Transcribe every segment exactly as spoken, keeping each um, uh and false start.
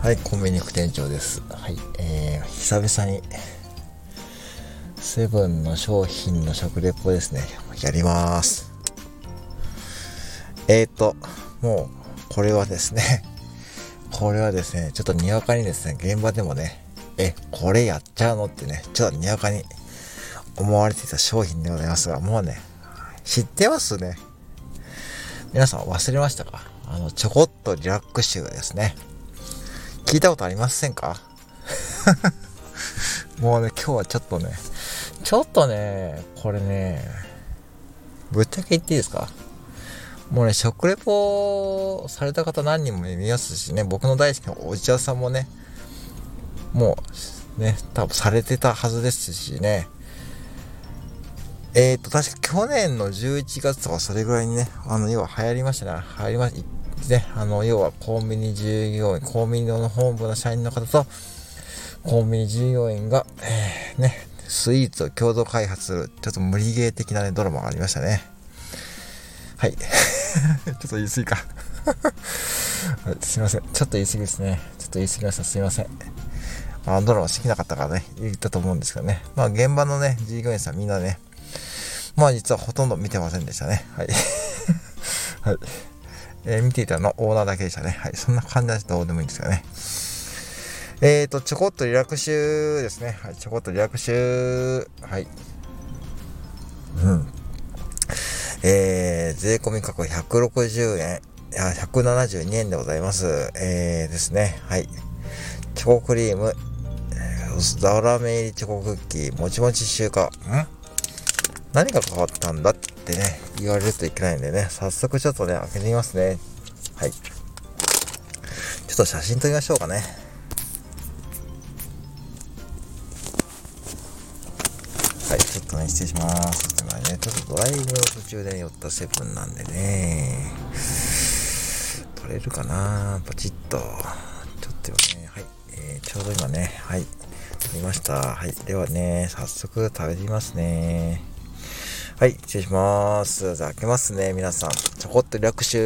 はい、コンビニ副店長です。はい、えー、久々にセブンの商品の食レポですね、やります。えーと、もうこれはですね、これはですね、ちょっとにわかにですね、現場でもね、え、これやっちゃうのってね、ちょっとにわかに思われていた商品でございますが、もうね、知ってますね。皆さん忘れましたか？あの、ちょこっとリラックス臭ですね。聞いたことありませんか？もうね、今日はちょっとね、ちょっとね、これね、ぶっちゃけ言っていいですか？もうね、食レポされた方何人も見ますしね、僕の大好きなおじちゃさんもね、もうね、多分されてたはずですしね、えーと、確か去年のじゅういちがつとかそれぐらいにね、あの、要は流行りましたね。流行りました。ね、あの、要はコンビニ従業員、コンビニの本部の社員の方と、コンビニ従業員が、えー、ね、スイーツを共同開発する、ちょっと無理ゲー的なね、ドラマがありましたね。はい。ちょっと言い過ぎか。はい、すいません。ちょっと言い過ぎですね。ちょっと言い過ぎました。すいません。あのドラマ好きな方がね、言ったと思うんですけどね。まあ現場のね、従業員さんみんなね、まあ実はほとんど見てませんでしたね。はい。はい。えー、見ていたのオーナーだけでしたね。はい。そんな感じはどうでもいいんですよね。えーと、ちょこっとリラクシュですね。はい。ちょこっとリラクシュ。はい。うん。えー、税込み価格ひゃくろくじゅうえん。いや、ひゃくななじゅうにえんでございます。えーですね。はい。チョコクリーム、ザラメ入りチョコクッキー、もちもちシューカー。ん何が変わったんだってね、言われるといけないんでね、早速ちょっとね、開けてみますね。はい。ちょっと写真撮りましょうかね。はい、ちょっとね、失礼します。ちょっとね、ちょっとドライブの途中で寄ったセブンなんでね、撮れるかな？ポチッと。ちょっとね、はい、えー、ちょうど今ね、はい、撮りました。はい、ではね、早速食べてみますね。はい、失礼します。じゃあ開けますね、皆さん。ちょこっとリラックス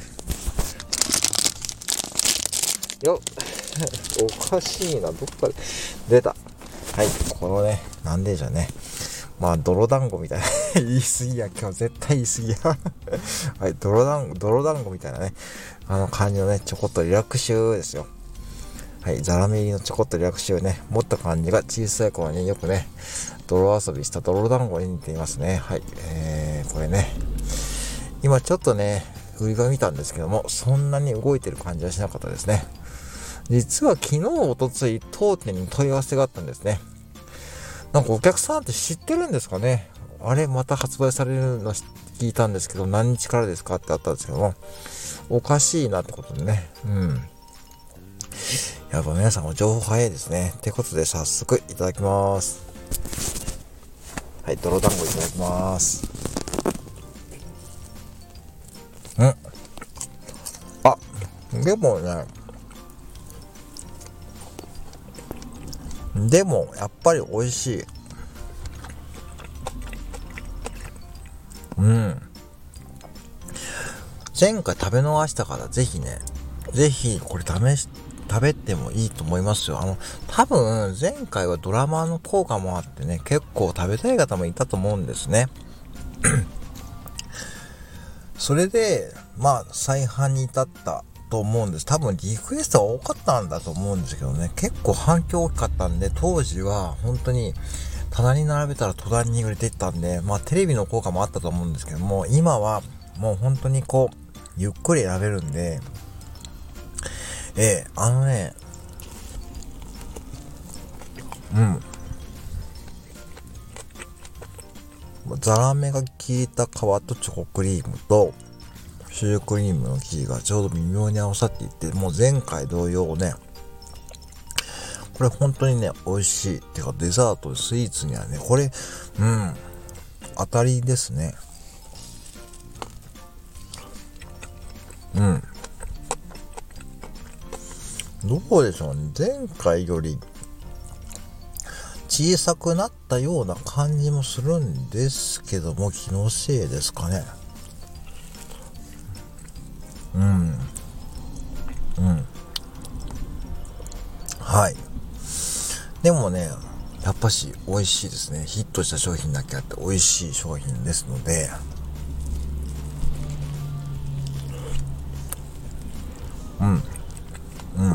よっ。おかしいな、どっかで出た。はい、このね、なんでじゃね。まあ、泥団子みたいな。言い過ぎや、今日絶対言い過ぎや。はい、泥団子、泥団子みたいなね、あの感じのね、ちょこっとリラックスですよ。はい、ザラメ入りのちょこっとリラックスをね、持った感じが小さい頃によくね、泥遊びした泥団子に似ていますね。はい、えー、これね、今ちょっとね、売り場見たんですけども、そんなに動いてる感じはしなかったですね。実は昨日、おとつい、当店に問い合わせがあったんですね。なんかお客さんって知ってるんですかね？あれ、また発売されるの聞いたんですけど、何日からですかってあったんですけども、おかしいなってことでね。うん。やっぱ皆さんも情報早いですね。ってことで早速いただきます。はい、泥団子いただきます。んあ、でもね、でもやっぱり美味しい。うん。前回食べ逃したからぜひね、ぜひこれ試し、食べてもいいと思いますよ。あの、多分前回はドラマの効果もあってね、結構食べたい方もいたと思うんですね。それで、まあ再販に至ったと思うんです。多分リクエストが多かったんだと思うんですけどね、結構反響大きかったんで、当時は本当に棚に並べたら途端に売れていったんで、まあテレビの効果もあったと思うんですけども、今はもう本当にこう、ゆっくり選べるんで、ええ、あのね、うん。ザラメが効いた皮とチョコクリームと、シュークリームの生地がちょうど微妙に合わさっていって、もう前回同様ね、これ本当にね、美味しい。てかデザート、スイーツにはね、これ、うん、当たりですね。うん。どうでしょうね。前回より小さくなったような感じもするんですけども、気のせいですかね。うん。うん。 はい。でもね、やっぱし美味しいですね。ヒットした商品だけあって美味しい商品ですので、うん、うん、うん、うん。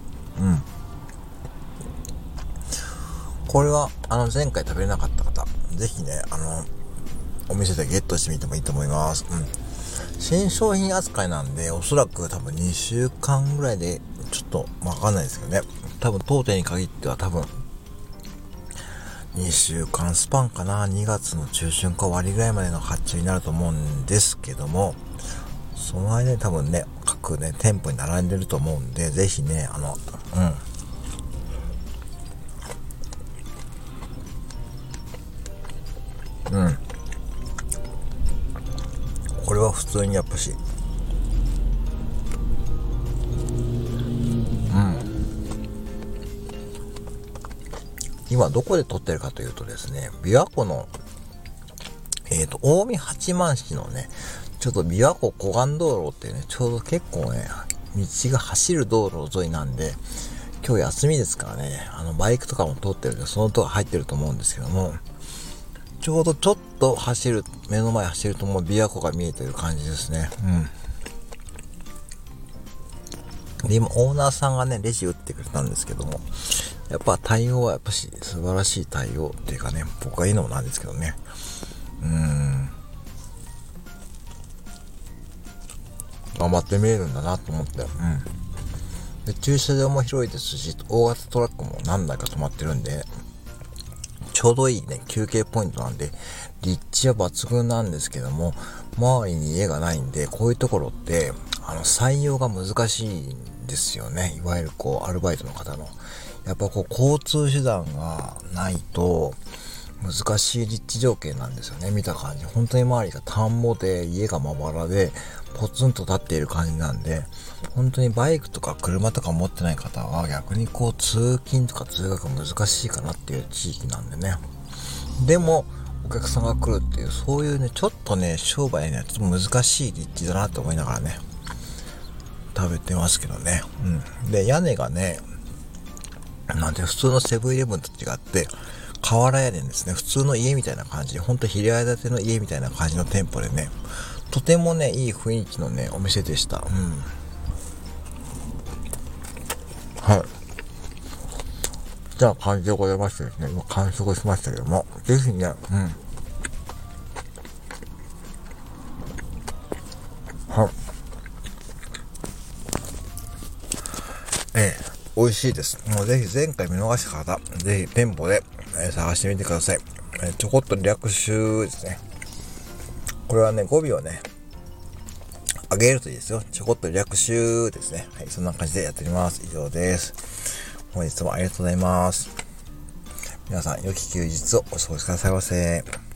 これは、あの、前回食べれなかった方、ぜひね、あの、お店でゲットしてみてもいいと思います。うん。新商品扱いなんで、おそらく多分にしゅうかんぐらいで、ちょっとわかんないですけどね。多分当店に限っては多分、にしゅうかんスパンかな、にがつの中旬か終わりぐらいまでの発注になると思うんですけども、その間に多分ね、各ね、店舗に並んでると思うんで、ぜひね、あの、うん。うん。これは普通にやっぱし、うん。今どこで撮ってるかというとですね、琵琶湖の、えっと、近江八幡市のね、ちょっと琵琶湖湖岸道路っていうね、ちょうど結構ね、道が走る道路沿いなんで、今日休みですからね、あの、バイクとかも通ってるんで、その音が入ってると思うんですけども、ちょうどちょっと走る、目の前走るともう琵琶湖が見えてる感じですね。うん。で、今、オーナーさんがね、レジ打ってくれたんですけども、やっぱ対応はやっぱし素晴らしい対応っていうかね、僕が言うのもなんですけどね。うーん。頑張って見えるんだなと思って。うん。で、駐車場も広いですし、大型トラックも何台か止まってるんで、ちょうどいいね、休憩ポイントなんで、立地は抜群なんですけども、周りに家がないんで、こういうところって、あの、採用が難しいんですよね。いわゆるこう、アルバイトの方の。やっぱこう、交通手段がないと、難しい立地条件なんですよね。見た感じ。本当に周りが田んぼで、家がまばらで、ポツンと立っている感じなんで、本当にバイクとか車とか持ってない方は逆にこう通勤とか通学難しいかなっていう地域なんでね。でも、お客さんが来るっていう、そういうね、ちょっとね、商売ね、ちょっと難しい立地だなと思いながらね、食べてますけどね。うん。で、屋根がね、なんで普通のセブンイレブンと違って、瓦屋根ですね。普通の家みたいな感じで、ほんと平屋建ての家みたいな感じの店舗でね、とてもね、いい雰囲気のね、お店でした。うん。はい。じゃあ感じでございましてですね、今完食しましたけども、ぜひね、うん。はい。ええ、美味しいです。もうぜひ前回見逃した方、ぜひ店舗で、えー、探してみてください。えー、ちょこっと略集ですね。これはね、語尾をね、上げるといいですよ。ちょこっと略集ですね。はい、そんな感じでやっております。以上です。本日もありがとうございます。皆さん、良き休日をお過ごしくださいませ。